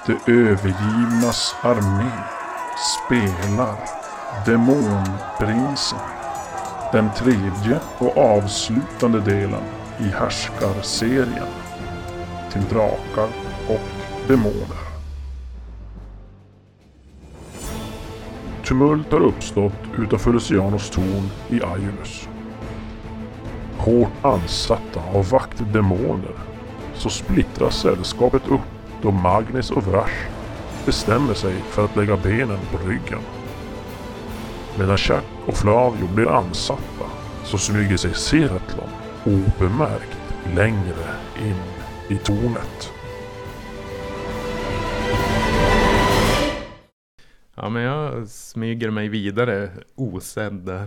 De övergivnas armé spelar Demonprinsen. Den tredje och avslutande delen i härskarserien till drakar och demoner. Tumult har uppstått utanför Lucianos torn i Aiulus. Hårt ansatta av vaktdemoner så splittras sällskapet upp då Magnus och Vrash bestämmer sig för att lägga benen på ryggen. Medan Jack och Flavio blir ansatta så smyger sig Seratlon obemärkt längre in i tornet. Ja, men jag smyger mig vidare osedd där.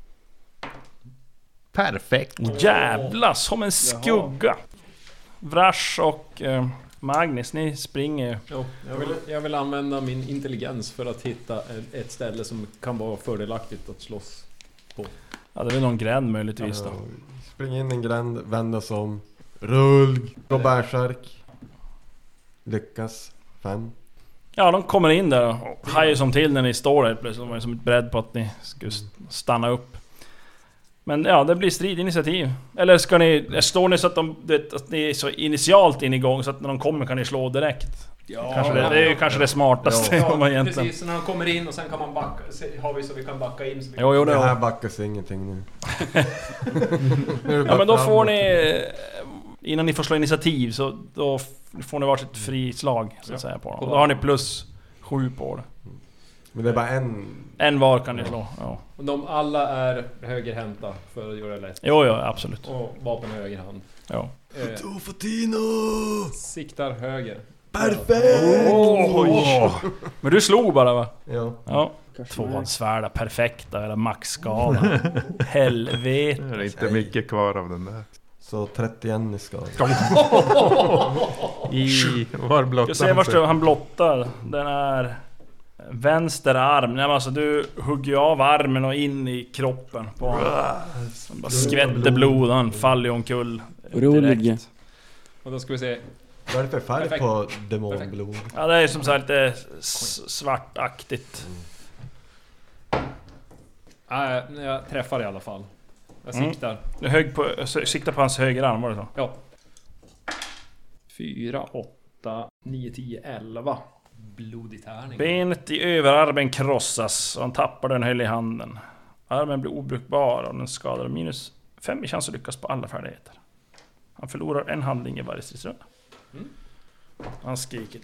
Perfekt. Jävla som en skugga. Vrash och Magnus, ni springer. Ja, jag vill använda min intelligens för att hitta ett ställe som kan vara fördelaktigt att slåss på. Ja, det är väl någon gränd möjligtvis då. Spring in en gränd, vända sig om. Rull och bärsärk. Lyckas. 5. Ja, de kommer in där och hajar som till när ni står där plötsligt. De var som ett beredd på att ni skulle stanna upp. Men ja, det blir stridinitiativ. Eller ska ni, står ni så att att ni är så initialt in igång så att när de kommer kan ni slå direkt? Ja, kanske det är ju kanske det smartaste. Ja, egentligen. Precis, när de kommer in och sen kan man backa, har vi så vi kan backa in. Så vi jo, det här backas ingenting nu. Ja, men då får ni, innan ni får slå initiativ så då får ni varsitt frislag så att säga på dem. Då har ni plus 7 på det. Men det är bara en var kan ni slå. Ja. Och de alla är högerhänta för att göra det lätt. Jo, absolut. Och vapen i höger hand. Ja. Tofatino! Siktar höger. Perfekt! Oj. Men du slog bara, va? Ja. 2 svärda, perfekta, eller maxskala. Helvete. Det är inte mycket kvar av den där. Så 31 i skala. Var blottar jag ser vart han blottar. Den är vänster arm. Nej, alltså du hugger av armen och in i kroppen på honom. Bara skvätter blod, han faller omkull direkt. Och då ska vi se. Vad är det för färg på demonblod? Ja, det är som sagt lite svartaktigt. Jag träffar i alla fall. Jag siktar. Du siktar på hans höger arm, var det så? Ja. 4, 8, 9, 10, 11. Blodig tärning. Benet i överarmen krossas och han tappar den höll i handen. Armen blir obrukbar och den skadar minus 5 i chans att lyckas på alla färdigheter. Han förlorar en handling i varje stridsrunda. Han skriker.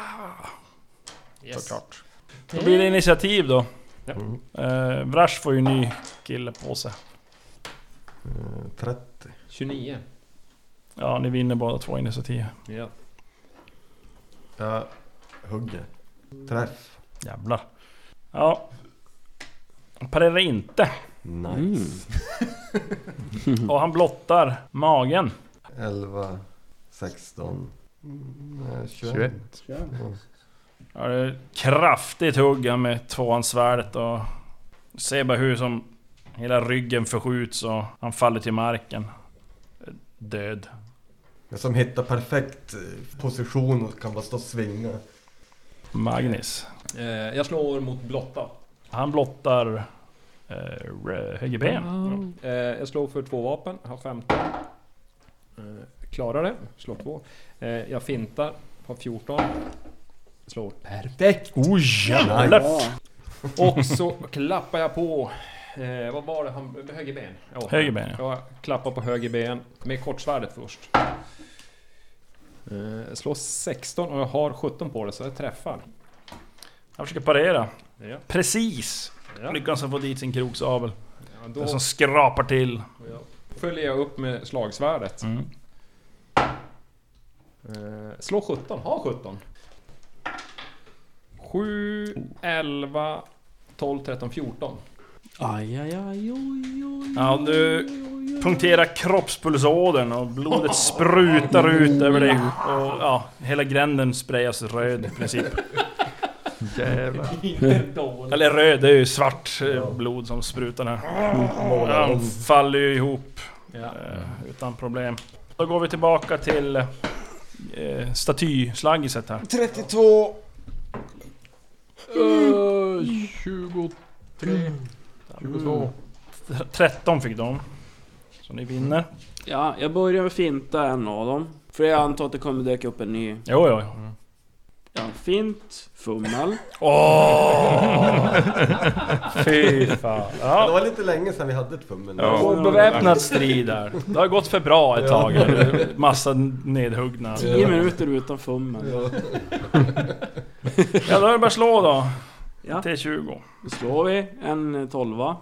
Yes. Såklart. Då blir det initiativ då. Ja. Vrash får ju ny kille på sig. 30. 29. Ja, ni vinner båda 2 initiativ. Ja. Jag hugger. Träff. Jävlar. Ja. Han parerar inte. Nice. Och han blottar magen. 11, 16, 21. Ja, det är kraftigt hugga med 2-svärdet och ser bara hur som hela ryggen förskjuts och han faller till marken. Död. Jag som hittar perfekt position och kan bara stå och svinga. Magnus. Jag slår mot blotta. Han blottar höger ben. Jag slår för 2 vapen. Har 15. Klarar det. Slår 2. Jag fintar på 14. Slår perfekt. Jävlar. Och så klappar jag på. Vad var det? Höger ben. Ja, höger ben, ja. Jag klappar på höger ben med kortsvärdet först. Jag slår 16 och jag har 17 på det så jag träffar. Han försöker parera. Ja. Precis. Ja. Lyckas han få dit sin kroksavel. Ja, då det som skrapar till. Följer jag upp med slagsvärdet. Slå 17. Ha 17. 7, 11, 12, 13, 14. Aj. Ja, du punkterar kroppspulsådern och blodet sprutar ut över dig. Och ja, hela gränden sprayas röd i princip. Jävlar. Eller röd, det är ju svart blod som sprutar här. Han faller ju ihop utan problem. Då går vi tillbaka till statyslaggiset här. 32! 23. 22. 13 fick de. Så ni vinner. Ja, jag börjar med finta en av dem. För jag antar att det kommer dyka upp en ny. Jo. Ja, fint. Fummel. Fy fan. Det Ja. var lite länge sedan vi hade ett fummel. Ja. Och beväpnad strid där. Det har gått för bra ett tag. Massa nedhuggna. 10 minuter utan fummel. Ja, då är det bara slå då. Ja, T20. då slår vi en 12.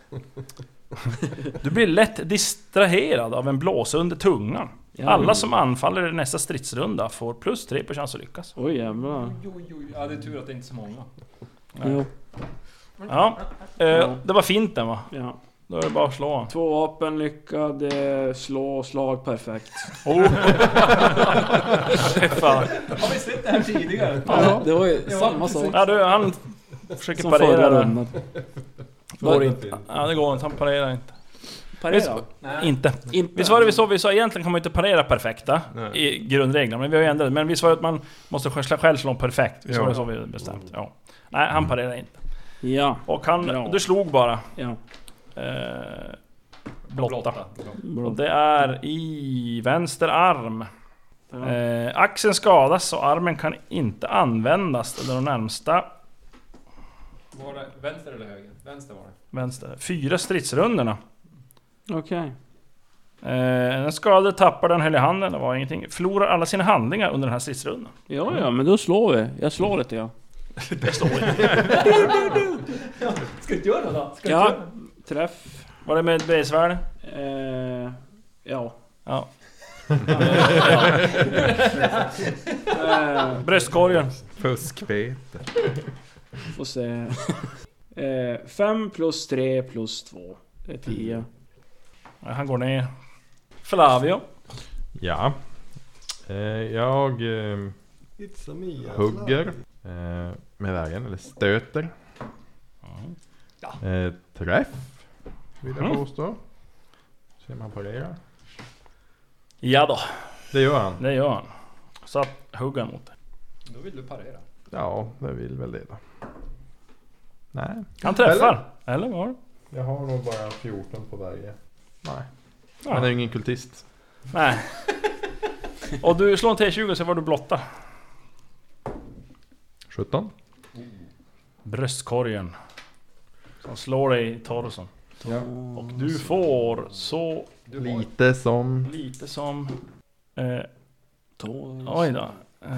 Du blir lätt distraherad av en blåsa under tungan. Ja. Alla som anfaller i nästa stridsrunda får +3 på chans att lyckas. Oj jävlar. Ja, det är tur att det inte är så många. Jo. Ja, det var finten va? Ja. Då är det bara att slå. 2 vapen lyckad, slag perfekt. Fan. Har vi sett det här tidigare? Ja, det var ju samma sak Ja, han försöker som parera förra där. rundan. Går inte. Ja, det går inte. Han parerar inte. Parera? Inte. Visst var det vi sa egentligen kan man inte parera perfekta i grundreglerna, men vi har ju ändrat det. Men visst var det att man måste själv slå perfekt. Visst var det så vi bestämt. Ja. Nej, han parerar inte. Ja. Och han, Bra. du slog bara. Ja. Blotta. Bra. Och det är i vänster arm. Ja. Axeln skadas och armen kan inte användas under de närmsta Var det vänster eller höger? Vänster var det. vänster. 4 stridsrundorna. Okej. Den skadade tappar den höll i handen, det var ingenting. Förlorar alla sina handlingar under den här stridsrundan. Ja, men då slår vi. Jag slår lite, ja. Ska du inte göra det då? Ja, träff. Var det med ett B-svärd? Ja. Ja. Eh, Bröstkorgen. Fuskbete. får se. 5 + 3 + 2. Det är 10. Ja, han går ner. Flavio. Ja. Jag It's a me, hugger med vägen, eller stöter. Träff, vill jag påstå. Se om han parerar. Ja då, Det gör han. det gör han. Så att hugga mot det. Då vill du parera. Ja, det vill väl det då. Nej. Han träffar. Eller var det? Jag har nog bara 14 på varje. Nej. Ja. Han är ingen kultist. Nej. Och du slår en T20 så var du blotta. 17. Bröstkorgen. Som slår dig i torson. Ja. Och du får så Lite som... lite som... Tål. Oj då.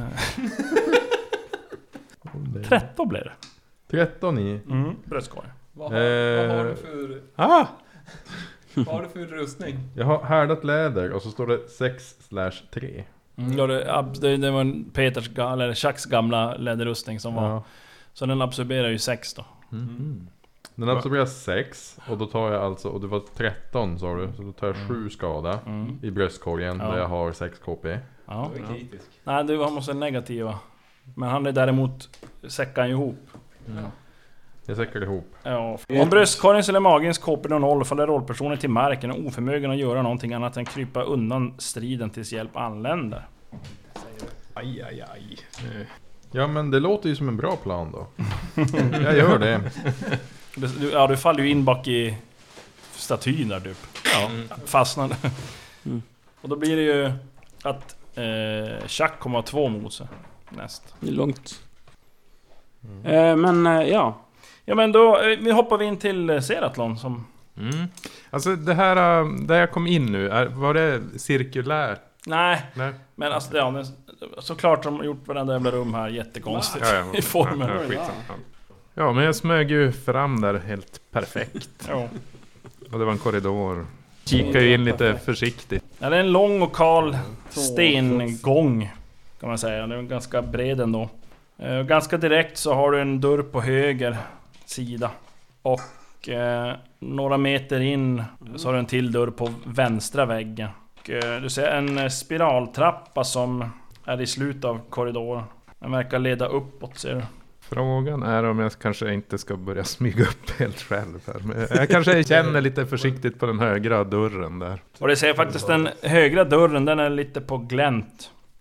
13 blev det. 13 i. Bröstkorgen. Vad har du för... Vad har du för rustning? Jag har härdat läder och så står det 6/3. Ja, det var en Peters eller Chucks gamla läderrustning som var. Ja. Så den absorberar ju 6 då. Den absorberar 6 och då tar jag alltså, och det var 13 sa du, så då tar jag 7 skada i bröstkorgen där jag har 6 KP. Ja. Du är kritisk. Nej, du har måste negativa. Men han är däremot säckar ihop. Jag säckar ihop. Ja. Om bröstkorgens eller magens KP är 0 faller rollpersonen till marken och oförmögen att göra någonting annat än krypa undan striden tills hjälp anländer. Aj. Ja men det låter ju som en bra plan då. Jag gör det. Du faller ju in bak i statyn där typ. Ja, fastnar. Och då blir det ju att Chuck kommer ha 2 mot sig näst. Det är långt. Men ja. Ja men då vi hoppar vi in till Seratlon som... Alltså det här, där jag kom in nu, var det cirkulärt? Nej, Nej. men alltså det, såklart de har gjort varenda jävla rum här jättekonstigt i formen. Ja, men jag smög ju fram där helt perfekt. Ja. Och det var en korridor. Kikar ju in lite försiktigt. Ja, det är en lång och kal stengång kan man säga. Den är ganska bred ändå. Ganska direkt så har du en dörr på höger sida. Och några meter in så har du en till dörr på vänstra väggen. Och, du ser en spiraltrappa som är i slutet av korridoren. Den verkar leda uppåt, ser du. Frågan är om jag kanske inte ska börja smyga upp helt själv här. Men jag kanske känner lite försiktigt på den högra dörren där. Och det ser faktiskt den högra dörren, den är lite på glänt.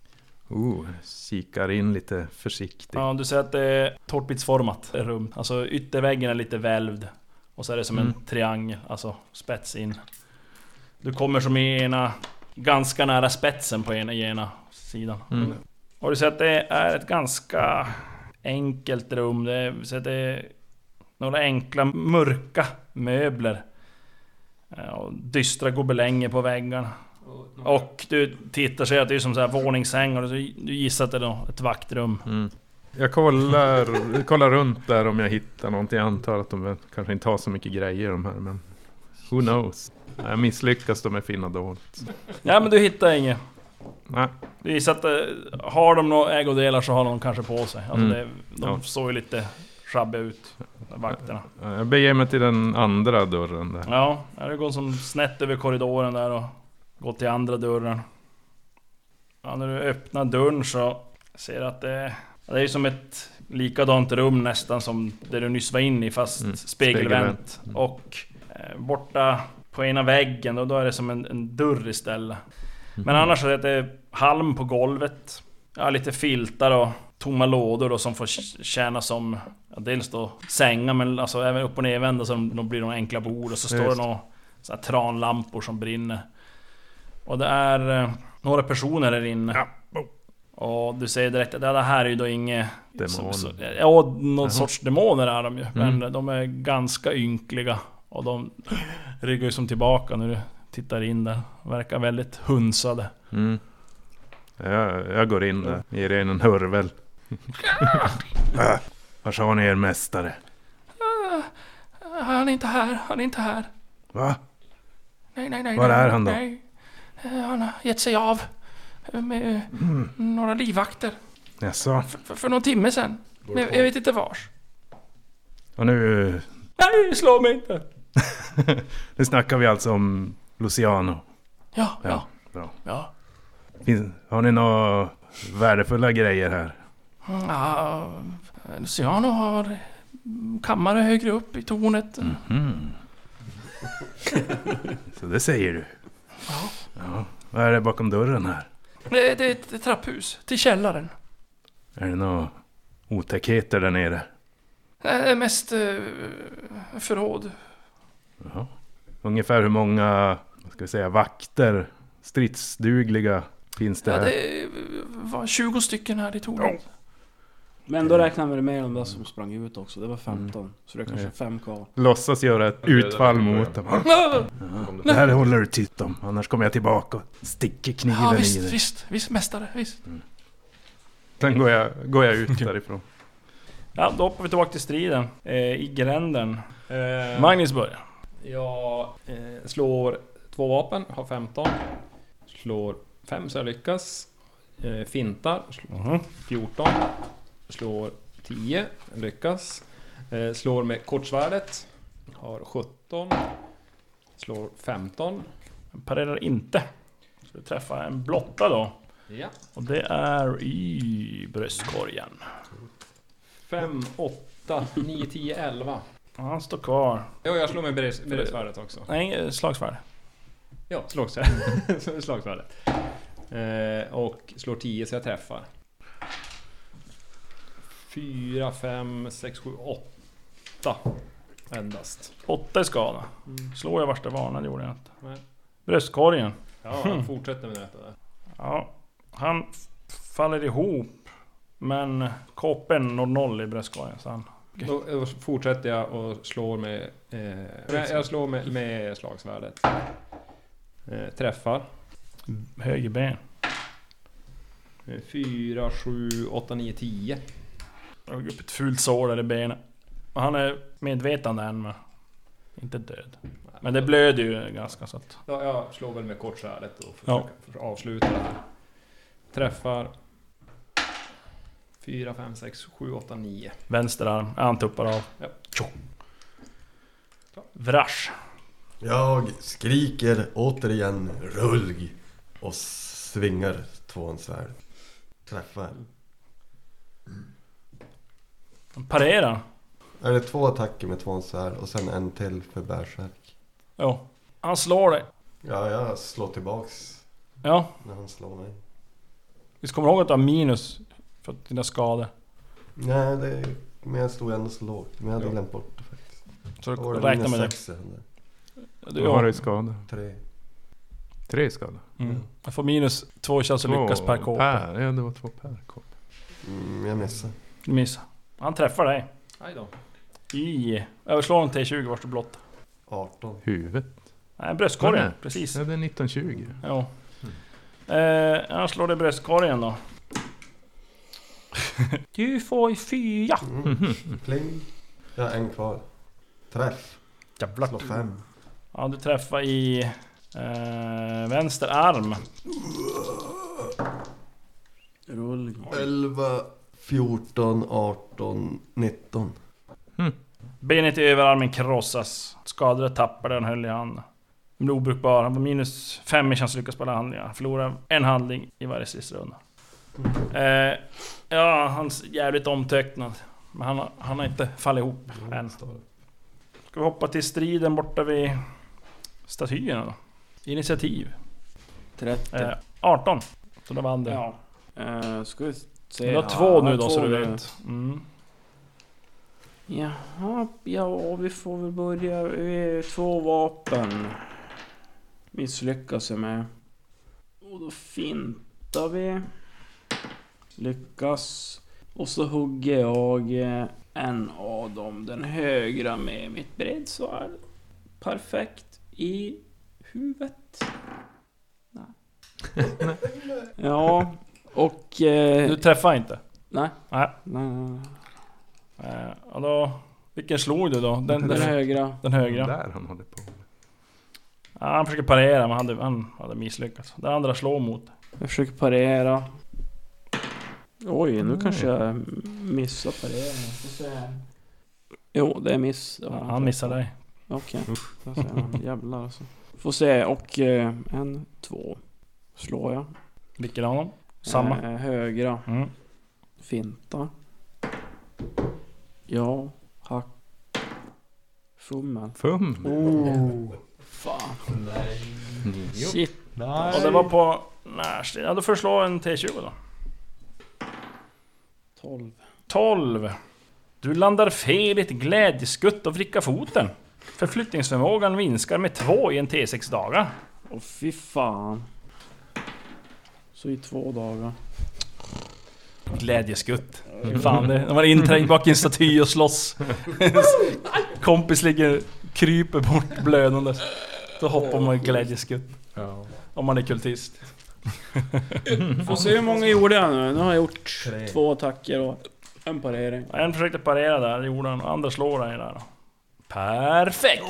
Kikar in lite försiktigt. Ja, du ser att det är tårtbitsformat rum. Alltså ytterväggen är lite välvd. Och så är det som en triangel, alltså spets in. Du kommer som i ena, ganska nära spetsen på ena sidan. Och du ser att det är ett ganska enkelt rum. Det är några enkla mörka möbler. Och dystra gobelänger på väggarna. Och du tittar så att det är som så här våningssängar. Och du gissar att det är ett vaktrum. Jag kollar runt där om jag hittar någonting. Jag antar att de kanske inte har så mycket grejer de här, men who knows. Jag misslyckas de med finna dolt. Ja, men du hittar inget. Nej. Du gissar att har de några ägodelar så har de kanske på sig. Alltså de såg ju lite schabbiga ut, vakterna. Jag beger mig till den andra dörren där. Ja, det går som snett över korridoren där och går till andra dörren. Ja, när du öppnar dörren så ser du att det är ju som ett likadant rum nästan som det du nyss var inne i, fast spegelvänt. Och borta på ena väggen då är det som en dörr istället. Men annars är det halm på golvet. Ja, lite filtar och tomma lådor då, som får tjäna som dels då sängar, men alltså även upp- och nedvända, så de blir några enkla bord. Och så står det några så här tranlampor som brinner. Och det är några personer där inne. Ja. Och du säger direkt att det här är ju då inget demon. Någon sorts demoner är de ju. Men de är ganska ynkliga. Och de ryggar ju som tillbaka när du tittar in där. Verkar väldigt hunsade. Jag går in där. Ger er en hurvel. Var sa ni er mästare? Han är inte här. Va? Nej. Var är han då? Nej. Han har gett sig av med några livvakter. Jaså? För någon timme sedan. Men jag vet inte vars. Och nu... Nej, slå mig inte. Nu snackar vi alltså om Luciano. Ja. Bra. Ja. Har ni några värdefulla grejer här? Ja, Luciano har kammare högre upp i tornet. Så det säger du? Ja. Vad är det bakom dörren här? Det är ett trapphus till källaren. Är det några otäckheter där nere? Det är mest förråd. Ja. Ungefär hur många, vad ska vi säga, vakter, stridsdugliga finns det här? Det var 20 stycken här i tornet. Men då räknar vi med de där som sprang ut också. Det var 15. Så det är kanske 5 kvar. Låtsas göra ett utfall mot dem. Det här håller du tyst om. Annars kommer jag tillbaka och sticker kniven i dig. Visst mästare, visst. Sen går jag ut därifrån. Ja, då hoppar vi tillbaka till striden. I gränden. Magnus börjar. Jag slår 2 vapen, har 15. Slår 5 så jag lyckas. Fintar, 14. Slår 10, lyckas. Slår med kortsvärdet, har 17. Slår 15. Parerar inte. Så du träffar en blotta då. Ja. Och det är i bröstkorgen. 5, 8, 9, 10, 11. Ja, han står kvar. Jo, jag slår med bergsvärdet också. Nej, slagsvärd. Ja, slagsvärdet. Och slår 10 så jag träffar. 4, 5, 6, 7, 8 endast. 8 i skada. Slår jag vars det varnade, gjorde jag inte. Nej. Bröstkorgen. Ja, han fortsätter med detta där. Ja, han faller ihop. Men koppen når 0 i bröstkorgen. Så han... Då fortsätter jag och slår med... jag slår med slagsvärdet. Träffar. Höger ben. 4, 7, 8, 9, 10. Jag har upp ett fult sår där i benet. Och han är medvetande än, men inte död. Men det blöder ju ganska så att... Ja, jag slår väl med kortsvärdet och försöker avsluta det här. Träffar. 4, 5, 6, 7, 8, 9. Vänster arm. Han tuppar av. Ja. Vrash. Jag skriker återigen rulg och svingar 2 svärd. Träffar. Parera. Är det 2 attacker med 2 svärd och sen en till för bärsärk? Jo. Han slår dig. Ja, jag slår tillbaks Ja. när han slår mig. Visst kommer du ihåg att du har minus för dina skador? Nej, men jag stod ändå så lågt. Men jag hade glömt bort det faktiskt. Så Då var du det räknar med det. 6 Du, Vad har du i skada? 3. 3 skada. Jag får minus 2 chans att lyckas per KP. Ja, det var 2 per KP. Jag missade. Du missar. Han träffar dig. Nej då. Överslår en T20 vart du blott. 18. Huvudet. Nej, bröstkorgen. Nej. Precis. Ja, det är 1920. Ja. Jag slår dig i bröstkorgen då. Du får 4. Pling. Jag har en kvar. Träff. Jävlar. Slå 5. Ja, du träffar i vänster arm. Rull. 11, 14, 18, 19. Benet i överarmen krossas. Skadade tappar den höll i handen. Han blir obrukbar. Han får minus 5 i chans att lyckas på alla handlingar. Han förlorar en handling i varje stridsrunda. Ja, han är jävligt omtöcknad. Men han har inte fallit ihop än. Ska vi hoppa till striden borta vid statyerna då? Initiativ. 30. 18. Så det vann det. Ja. Ska vi se. Du har 2 nu då två så du nu. vet. Jaha, ja vi får väl börja. 2 vapen. Misslyckas jag med. Och då fintar vi. Lyckas. Och så hugger jag en av dem, den högra med mitt bredsvärd. Perfekt i huvudet. Nej. Ja, och... Du träffar inte? Nej. Nej. Nej. Och då, vilken slog du då? Den högra. Den högra. Där han håller på. Ja, han försöker parera men han hade misslyckats. Den andra slår mot. Jag försöker parera. Oj, nu kanske jag missar pareringen. Får se. Jo, det är miss. Ja, han missar dig. Okej. Jävlar alltså. Får se. Och 1, 2. Slår jag. Vilken av dem? Samma. Högra. Finta. Ja. Hack. Fummel. Fan. Shit. Och det var på närstrid. Ja, då får du slå en T20 då. 12. Du landar fel i ett glädjeskutt och vrickar foten. Förflyttningsförmågan minskar med 2 i en T6 dagar. Åh fy fan. Så i 2 dagar. Glädjeskutt. Fan det. När man är inträngd bak i en staty och slåss. Kompis ligger, kryper bort blödande. Då hoppar man i glädjeskutt. Ja. Om man är kultist. Får se hur många gjorde jag nu. Nu har jag gjort 2 attacker och en parering. En försökte parera där, det gjorde han. Andra slår han ju där då. Perfekt!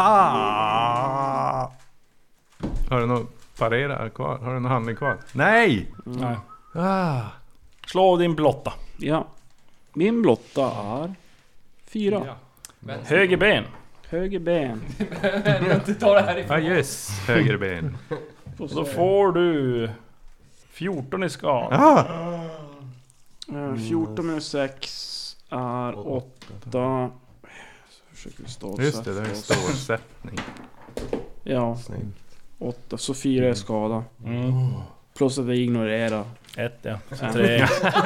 Har du någon parera kvar? Har du någon handling kvar? Nej! Nej. Ah. Slå din blotta. Ja. Min blotta är 4. Höger ben. Höger ben. Inte ta det här Ah yes, höger ben. Och då får du 14 i skada. 14 minus 6 är 8. Försöker vi stå. Just det, det är stålsättning. Ja. 8, så 4 är skada. Plus att vi ignorerar. 1 ja, så 3.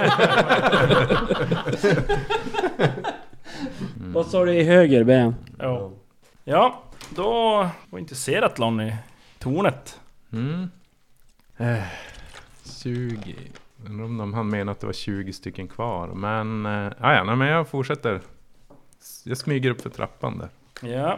Vad sa du i höger ben? Ja, då var inte Seratlon i tornet. 20. Undrar om han menar att det var 20 stycken kvar. Men, nej, men jag fortsätter. Jag smyger upp för trappan där. Ja.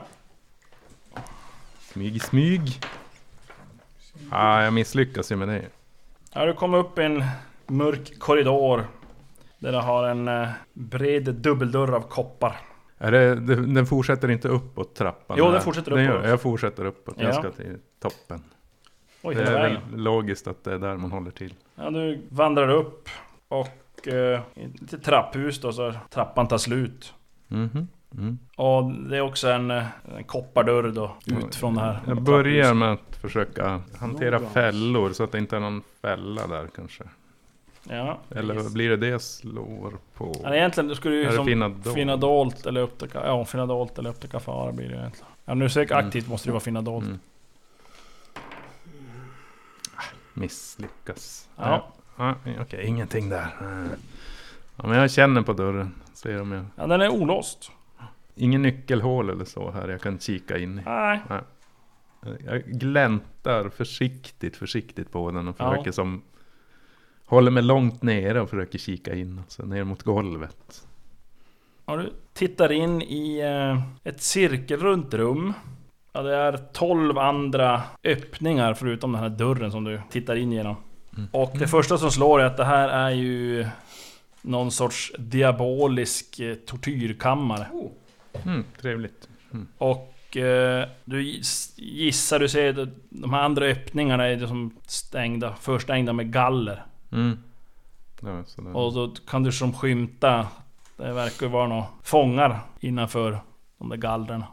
Smyg. Jag misslyckas ju med det. Ja, du kommer upp i en mörk korridor. Där det har en bred dubbeldörr av koppar. Den fortsätter inte uppåt trappan? Jo, den fortsätter uppåt. Jag fortsätter uppåt. Ja. Jag ska till toppen. Oj, Det hela är vägen. väl logiskt att det är där man håller till. Ja, du vandrar upp och lite trapphus då, så trappan tar slut. Och det är också en koppardörr då, ut från det här. Jag börjar med att försöka hantera fällor så att det inte är någon fälla där kanske. Ja. Eller blir det jag slår på? Ja, egentligen du skulle ju som finna dolt eller upptäcka. Ja, finna dolt eller upptäcka fara blir det egentligen. Ja, nu söker aktivt måste det vara finna dolt. Misslyckas. Ja. Okej, ingenting där. Ja, men jag känner på dörren. Ser om jag... Ja, den är olåst. Ingen nyckelhål eller så här jag kan kika in i. Nej. Jag gläntar försiktigt på den och försöker som... Håller mig långt nere och försöker kika in. Så ner mot golvet. Ja, du tittar in i ett cirkelrunt rum. Ja, det är 12 andra öppningar förutom den här dörren som du tittar in genom. Och det första som slår är att det här är ju någon sorts diabolisk tortyrkammare. Trevligt. Och du gissar, du ser att de här andra öppningarna är som förstängda med galler. Ja, sådär. Och då kan du som skymta, det verkar ju vara några fångar innanför de där gallren.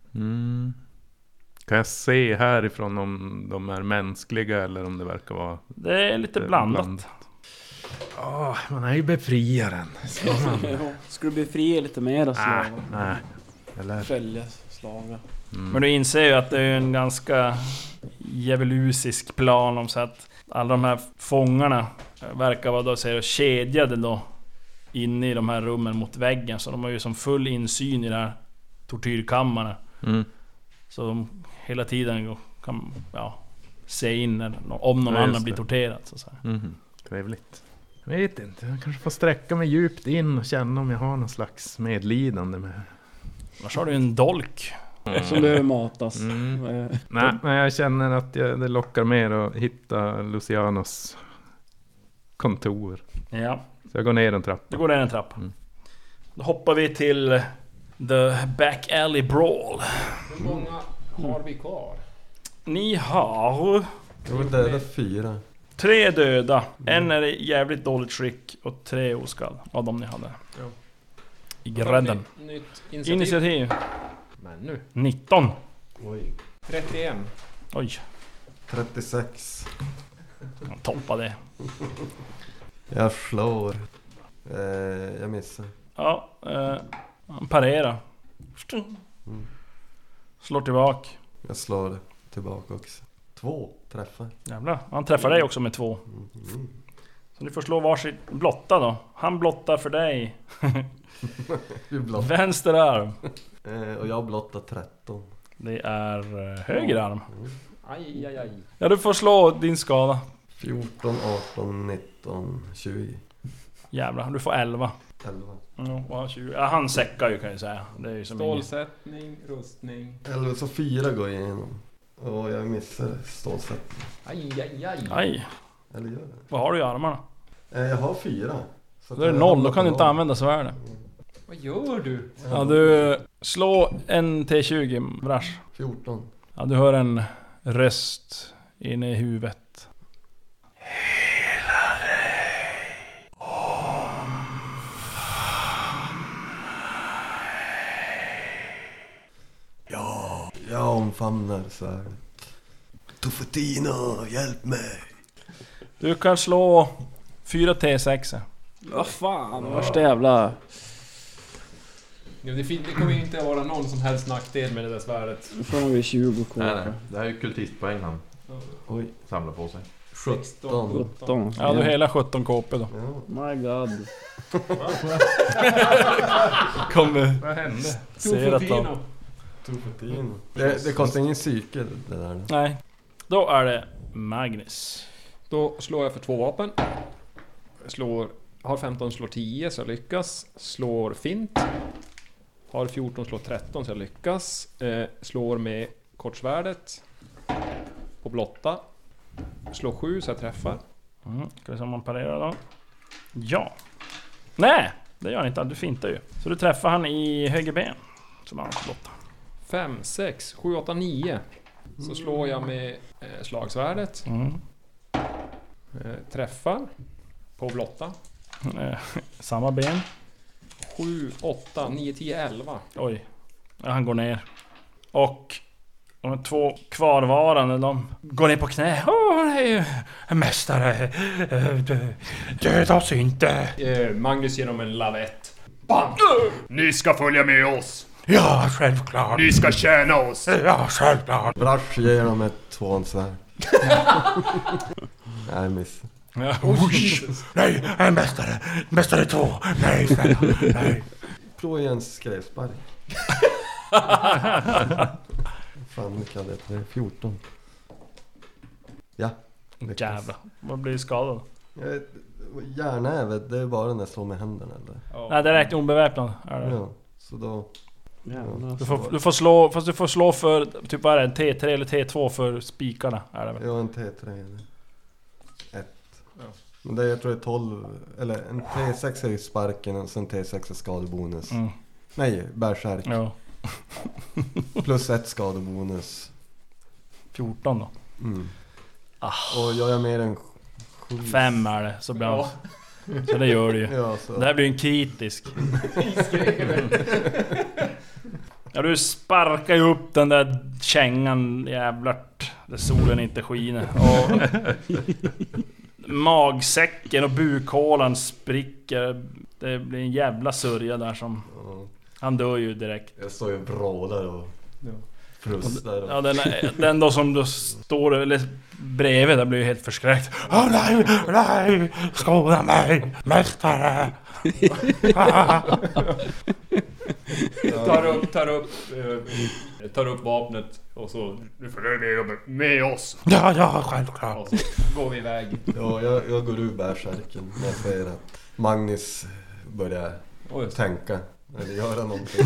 Kan jag se härifrån om de är mänskliga eller om det verkar vara... Det är lite blandat. Man är ju befriaren. Ska du befria lite mer slavar? Nej. Eller... Följa slavar. Men du inser ju att det är en ganska djävulusisk plan om så att alla de här fångarna verkar vara då kedjade då inne i de här rummen mot väggen, så de har ju som full insyn i det här tortyrkammaren. Så de hela tiden kan se in om någon annan blir torterad så att säga. Trevligt. Jag vet inte, jag kanske får sträcka mig djupt in och känna om jag har någon slags medlidande med. Annars har du en dolk som behöver matas. Nej, men jag känner att det lockar mer att hitta Lucianos kontor. Ja. Så jag går ner en trappa. Du går ner en trappa. Då hoppar vi till The Back Alley Brawl. Hur många har vi kvar? Ni har... Det är 4. 3 döda. En är i jävligt dåligt skick och 3 oskadd av dem ni hade. I grädden. Nytt Initiativ. Men nu. 19. Oj. 31. Oj, 36. jag toppade det. Jag slår. Jag missar. Ja, han parerar. Slår tillbaka. Jag slår tillbaka också. 2 träffar. Jävlar, han träffar dig också med 2. Så ni får slå varsitt blotta då. Han blottar för dig. Vänster arm. Och jag blottar 13. Det är höger arm. Aj. Ja, du får slå din skada. 14, 18, 19, 20. Jävlar, du får 11. 11. Ja, 20. Ja, han säckar ju kan jag säga. Det är ju som Stålsättning, rustning. 11, så 4 går jag igenom. Och jag missar stålsättning. Aj. Eller gör det? Vad har du i armarna? Jag har 4. Så Då är det 0, då kan du inte använda svärdet. Vad gör du? Ja, du slår en T20, Vrash. 14. Ja, du hör en röst inne i huvudet. Hela dig Ja, jag omfamnar svärdet. Tofutino, hjälp mig. Du kan slå 4 T6. Vad fan, värsta jävla... Ja, det kommer ju inte att vara någon som helst nackdel med det där svärdet. Nu får vi 20 kvar. Nej. Det här är ju kultistpoäng han samlar på sig. 17. 17. Ja, du hela 17 KP då. Ja. My god. Kommer Vad hände? se att de... Tofutino. Det kostar ingen psyke det där. Nej. Då är det Magnus. Då slår jag för 2 vapen. Har 15, slår 10 så jag lyckas. Slår fint. Har 14, slår 13 så jag lyckas. Slår med kortsvärdet. På blotta. Slår 7 så jag träffar. Ska vi se om man parerar då. Ja. Nej, det gör han inte. Du fintar ju. Så du träffar han i höger ben. Som han har blotta. 5, 6, 7, 8, 9. Så slår jag med slagsvärdet. Träffar. På blotta. Samma ben. 7, 8, 9, 10, 11. Oj. Ja, han går ner. Och de 2 kvarvarande, de går ner på knä. Nej, mästare. Döda oss inte. Magnus genom en lavett. Bam! Ni ska följa med oss. Ja, självklart. Ni ska tjäna oss. Ja, självklart. Brash ger dem ett tvåansvärd. Nej, miss. Ja. Nej, jag är mästare! Mästare 2! Nej, snälla, nej! Prova igen skrävspark. Fan, mycket hade det. 14. Ja. Jävlar. Man blir skadad. Järnävet, det är bara när jag slår med händerna eller? Nej, det räknar obeväpnad. Är det? Ja, så då... Du får slå, fast du får slå för typ bara en T3 eller T2 för spikarna. Är det väl? Ja, en T3 eller 1. Ja. Men det jag tror det är 12, eller en T6 är ju sparken och sen T6 är skadebonus. Nej, bärsärk. Ja. Plus 1 skadebonus. 14 då. Och jag är mer än 5 är det, så bra. Så det gör det ju. Ja, så. Det här blir en kritisk. Ja, du sparkar ju upp den där kängan, jävlart, där solen inte skiner. Och magsäcken och bukhålan spricker. Det blir en jävla sörja där som... Han dör ju direkt. Jag står ju och brålar och frustar. Och... Ja, den då som då står eller bredvid där blir ju helt förskräckt. Nej, nej, skåda mig, mästare! Tar upp vapnet och så nu får du med oss. Ja, självklart. Och så går vi iväg. Ja, jag går ur bärsärken när jag ser att Magnus börjar tänka eller göra någonting.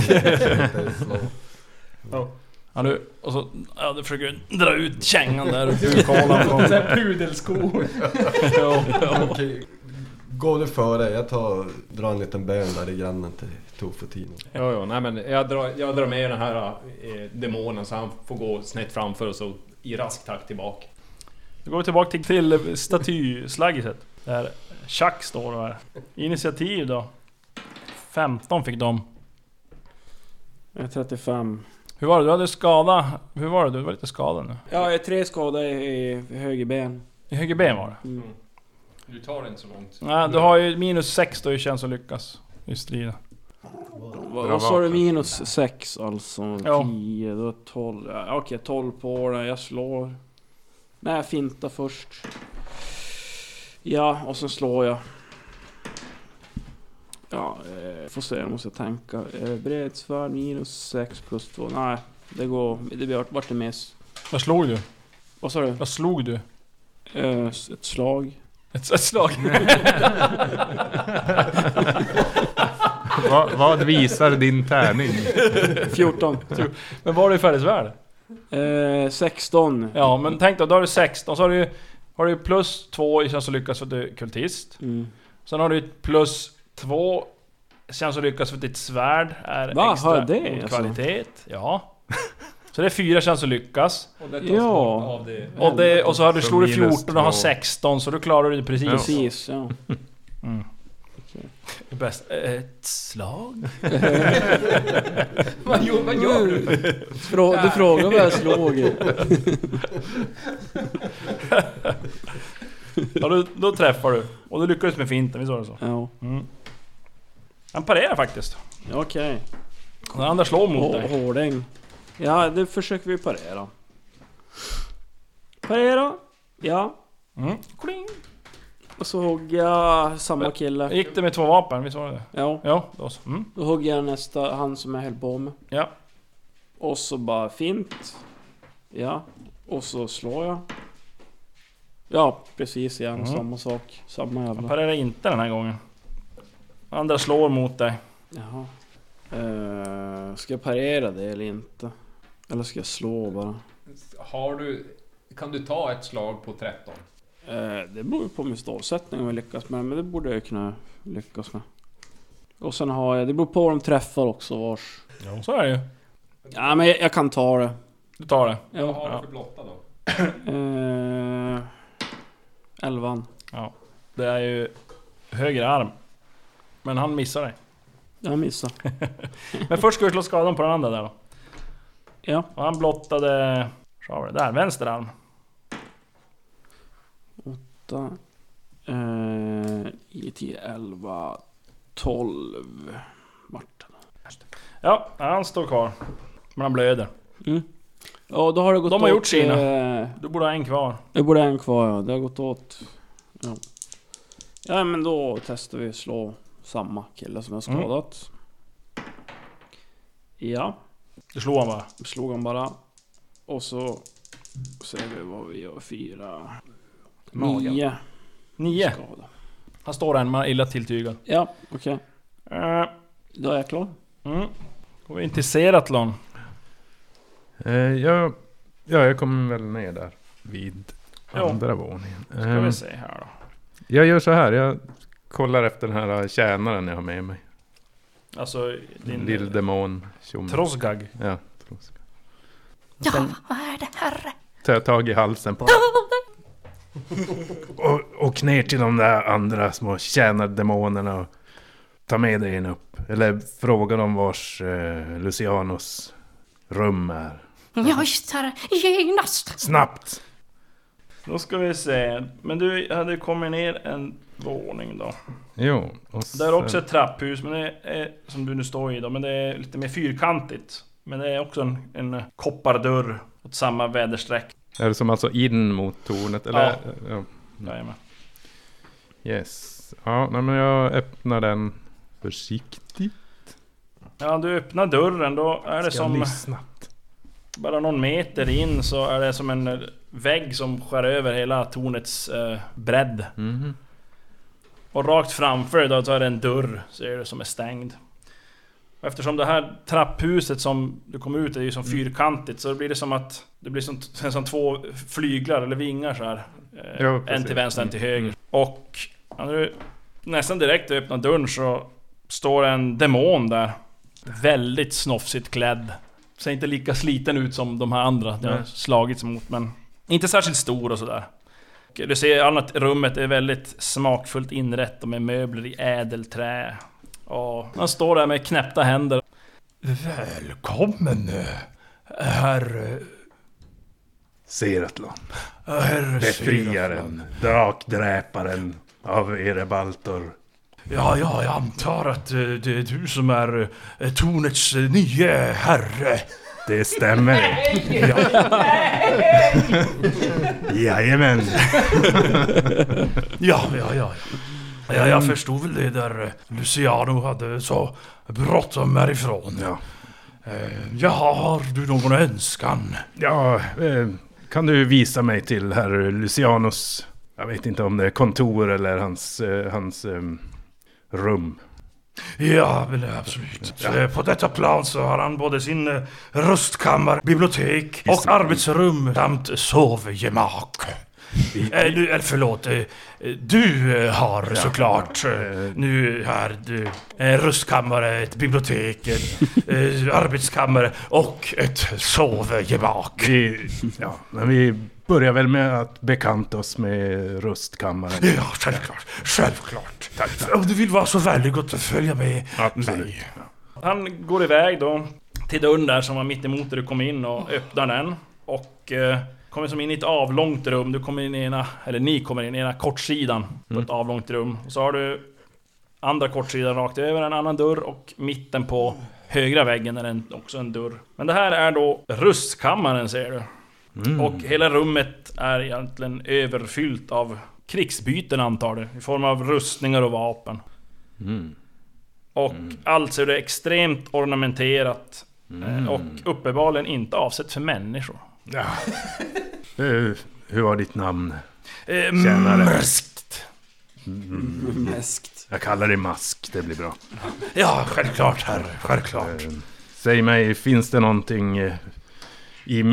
Ja, du, och så du försöker dra ut kängan där och bukhålan på en pudelsko. Okej. Gå du före, jag drar en liten bön där i grannen till Tofutino. Ja, nej men jag drar med den här demonen så han får gå snett framför och så i rask takt tillbaka. Då går vi tillbaka till statyslaggiset. Där Chuck står och är. Initiativ då. 15 fick de. Jag är 35. Hur var det? Du hade skada. Hur var det? Du var lite skadad nu. Ja, jag är 3 skador i höger ben. I höger ben var det. Du tar det inte så långt. Nej, du har ju -6 då i chans att lyckas i striden. Vad sa du? -6 alltså. Ja. 10, då 12. Ja, okej, 12 på det. Jag slår. Nej, jag fintar först. Ja, och sen slår jag. Ja, får se, jag måste tänka. Bredsvärd -6 plus 2. Nej, det går. Det vart det miss. Vad slog du? Vad sa du? Vad slog du? Ett slag. Ett slag? Vad visar din tärning? 14. Men var det färdighetsvärde? 16. Ja, men tänk då har du 16. Så har du plus 2 i chans att lyckas för att du är kultist. Sen har du plus 2 chans att lyckas för att ditt svärd är extra det, mot kvalitet. Ja. Så det är 4 chans att lyckas. Och det tas bort av det. Och så har du slår du 14 och har 16, så då klarar du det precis. Precis, ja. Det bästa. Ett slag? Vad gör du? Du frågar vad jag slog. Ja, då träffar du. Och du lyckades med finten, visst var det så? Ja. Han parerar faktiskt. Okej. Den andra slår mot dig. Hårding. Ja, det försöker vi parera. Parera. Ja. Kling. Och så hugger jag samma kille. Gick det med 2 vapen, visst var det? Ja. Ja, då så. Då hugger jag nästa, han som jag höll på med. Ja. Och så bara fint. Ja. Och så slår jag. Ja, precis igen. Samma sak. Samma jävla. Han parerar inte den här gången. Andra slår mot dig. Jaha. Ska jag parera det eller inte? Eller ska jag slå bara? Kan du ta ett slag på 13? Det beror på min stålsättning om jag lyckas med, men det borde jag kunna lyckas med. Och sen har jag, det beror på vad de träffar också vars. Ja, så är det ju. Ja, men jag kan ta det. Du tar det. Ja. Vad har du för blotta då? 11. Ja. Det är ju höger arm. Men han missar dig. Jag missar. Men först ska vi slå skadan på den andra där då. Ja. Och han blottade... Där, vänster arm. 8 10, 11 12 Martin. Ja, han står kvar. Men han blöder. Ja, då har det gått De har åt, gjort sina. Du borde ha en kvar. Jag borde ha en kvar, ja. Det har gått åt Ja, men då testar vi slå samma kille som jag skadat. Ja. Det slår han bara. Slog han bara. Och så ser vi vad vi gör. 4. 9 skada. Han står där, man är illa tilltygad. Ja, okej. Då är jag klar. Går vi in till Seratlon. Jag kommer väl ner där vid andra våningen. Ska vi se här då. Jag gör så här, jag kollar efter den här tjänaren jag har med mig. Alltså din Lilldemon. Trosgag. Ja, Trosgag. Ja, vad är det, herre? Tar jag tag i halsen på och ner till de där andra små tjänardemonerna och ta med dig in upp. Eller fråga dem vars Lucianos rum är. Ja, just herre, genast. Snabbt! Då ska vi se. Men du hade kommit ner en våning då. Jo. Det är också ett trapphus, men det är som du nu står i då. Men det är lite mer fyrkantigt. Men det är också en koppardörr åt samma vädersträck. Är det som alltså in mot tornet? Eller? Ja. Jajamän. Yes. Ja, nej, men jag öppnar den försiktigt. Ja, du öppnar dörren, då är det som... Snabbt. Bara någon meter in så är det som en vägg som skär över hela tornets bredd. Och rakt framför dig då så är det en dörr, ser du, som är stängd. Och eftersom det här trapphuset som du kom ut är ju som fyrkantigt, så blir det som att det blir som två flyglar eller vingar så här. En till vänster, en till höger. Och när du nästan direkt öppnar dörren så står en demon där. Väldigt snofsigt klädd. Ser inte lika sliten ut som de här andra det har slagits mot, men inte särskilt stor och sådär. Du ser annat rummet är väldigt smakfullt inrett och med möbler i ädelträ. Och han står där med knäppta händer. Välkommen, herr Seratlon. Herr Befriaren, drakdräparen av Erebaltor. Ja, jag antar att det är du som är tornets nye herre. Det stämmer. Jajamän. Ja, jag förstod väl det där Luciano hade så bråttom härifrån. Jaha, har du någon önskan? Ja, kan du visa mig till herr Lucianos, jag vet inte om det är kontor eller hans rum. Ja, men absolut. Ja. På detta plan så har han både sin röstkammare, bibliotek och arbetsrum samt sovgemak. Förlåt, du har såklart nu här röstkammare, ett bibliotek, arbetskammare och ett sovgemak. Men vi börjar väl med att bekanta oss med röstkammaren. Ja, självklart. Tack. Om du vill vara så vänlig att följa med mig. Han går iväg då till dörren där som var mitt emot där du kom in och öppnar den. Och kommer som in i ett avlångt rum. Du kommer in i ni kommer in i ena kortsidan på ett avlångt rum. Och så har du andra kortsidan rakt över en annan dörr. Och mitten på högra väggen är också en dörr. Men det här är då rustkammaren, ser du. Och hela rummet är egentligen överfyllt av krigsbyten, antar du, i form av rustningar och vapen. Och allt så är det extremt ornamenterat och uppenbarligen inte avsett för människor. Ja. Hur var ditt namn? Mäskt. Mäskt. Jag kallar det Mask, det blir bra. Ja, självklart herre, självklart. Säg mig, finns det någonting i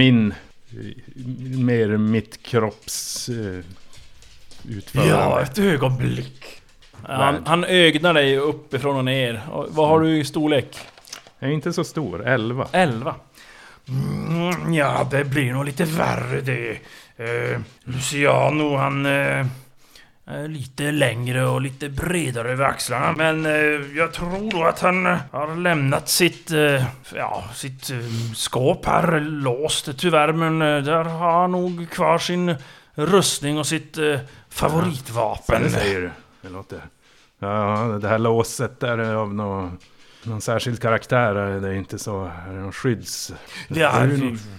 mitt kropps utförande? Ja, ett ögonblick. Han ögnar dig uppifrån och ner. Och vad har du i storlek? Jag är inte så stor, 11. 11. Ja, det blir nog lite värre det. Luciano, han är lite längre och lite bredare över axlarna. Men jag tror då att han har lämnat sitt skåp här låst tyvärr. Men där har han nog kvar sin rustning och sitt favoritvapen. Det säger du. Det låter. Ja, det här låset där är av någon särskild karaktär. Det är inte så. Är det någon skydds? Jag har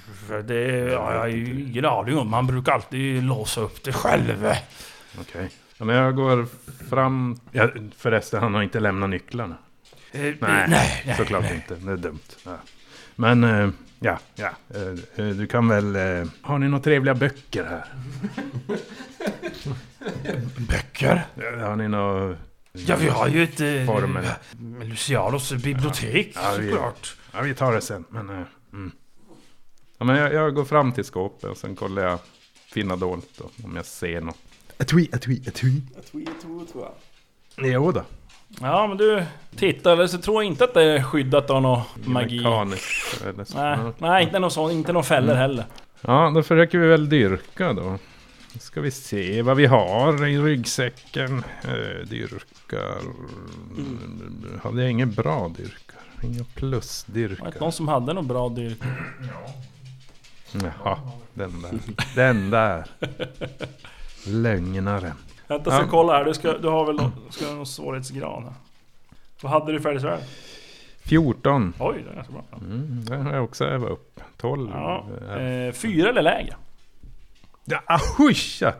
ingen aning om. Man brukar alltid låsa upp det själv. Okej. Ja, men jag går fram... Ja, förresten, han har inte lämnat nycklarna. Nej, såklart inte. Det är dumt. Ja. Men, du kan väl... Har ni några trevliga böcker här? Böcker? Har ni några... Ja, vi har ju ett... Formen. Lucianos bibliotek, såklart. Ja, vi tar det sen. Men, ja, men jag går fram till skåpet och sen kollar jag finna dolt då, om jag ser något. Etui. Jo då. Ja, men du tittar, eller så tror jag inte att det är skyddat av någon magi. Mekaniskt eller så. Nej, inte någon sån, inte någon fäller heller. Ja, då försöker vi väl dyrka då. Nu ska vi se vad vi har i ryggsäcken. Dyrkar. Hade jag ingen bra dyrkar? Inga plusdyrkar. Var det någon som hade någon bra dyrkar? Jaha, den där. Lögnaren. Vänta, så kolla här. Du har väl någon svårighetsgrad här. Vad hade du färdigt så här? 14. Oj, det är ganska bra. Det har jag också övat upp. 12. Ja, 4 eller lägre. Ja, ahusha!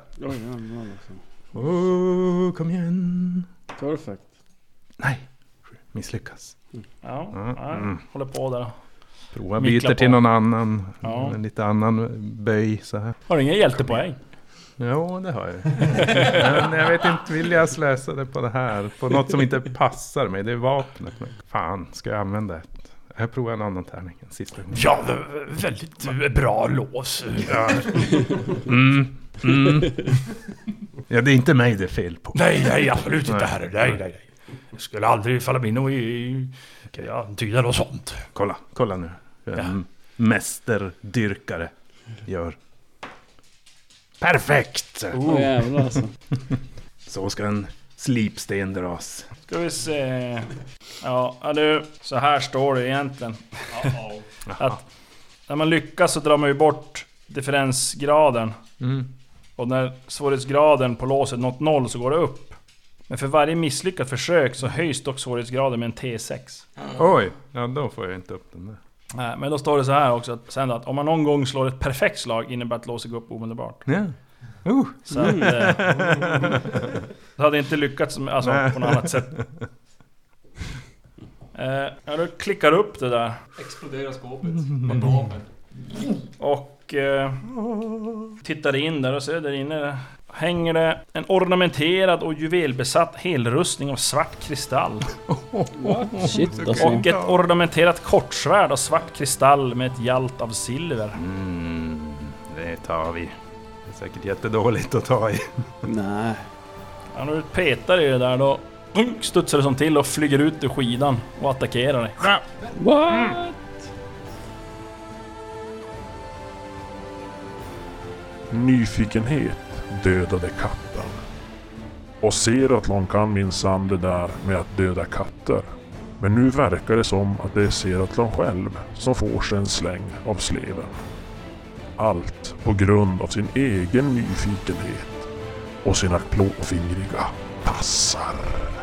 Kom igen. Perfect. Nej, misslyckas. Håller på där. Prova byter till någon annan. Ja. En lite annan böj så här. Har du ingen hjältepoäng? Jo, det har jag. Men jag vet inte, vill jag slösa det på det här? På något som inte passar mig. Det är vapnet. Men fan, ska jag använda ett? Jag provar en annan tärning. En sista gång. Ja, väldigt bra lås. Ja. Ja, det är inte mig det är fel på. Nej, absolut inte herre. Nej. Jag skulle aldrig falla in och kan jag tyda något sånt. Kolla nu. Mästerdyrkare gör. Perfekt! Jävlar alltså. Så ska en slipsten dras. Ska vi se. Ja, du, så här står det egentligen. Att när man lyckas så drar man ju bort differensgraden. Och när svårighetsgraden på låset nått 0 så går det upp. Men för varje misslyckat försök så höjs dock svårighetsgraden med en T6. Oj, ja då får jag inte upp den där. Nej, men då står det så här också att, sen att om man någon gång slår ett perfekt slag innebär att låset går upp omedelbart. Ja. Så att det hade inte lyckats alltså, på något annat sätt. Ja, då klickar upp det där. Exploderar skåpet med vapen. Och tittar in där och ser där inne hänger det en ornamenterad och juvelbesatt helrustning av svart kristall. Shit alltså. Och ett ornamenterat kortsvärd av svart kristall med ett hjalt av silver. Det tar vi. Det är säkert jättedåligt att ta i. Nej. Ja, när du petar i det där då studsar det som till och flyger ut ur skidan och attackerar dig. What? Nyfikenhet dödade katten. Och Seratlon kan minsann det där med att döda katter. Men nu verkar det som att det är Seratlon själv som får sig en släng av sleven. Allt på grund av sin egen nyfikenhet och sina klåfingriga passar.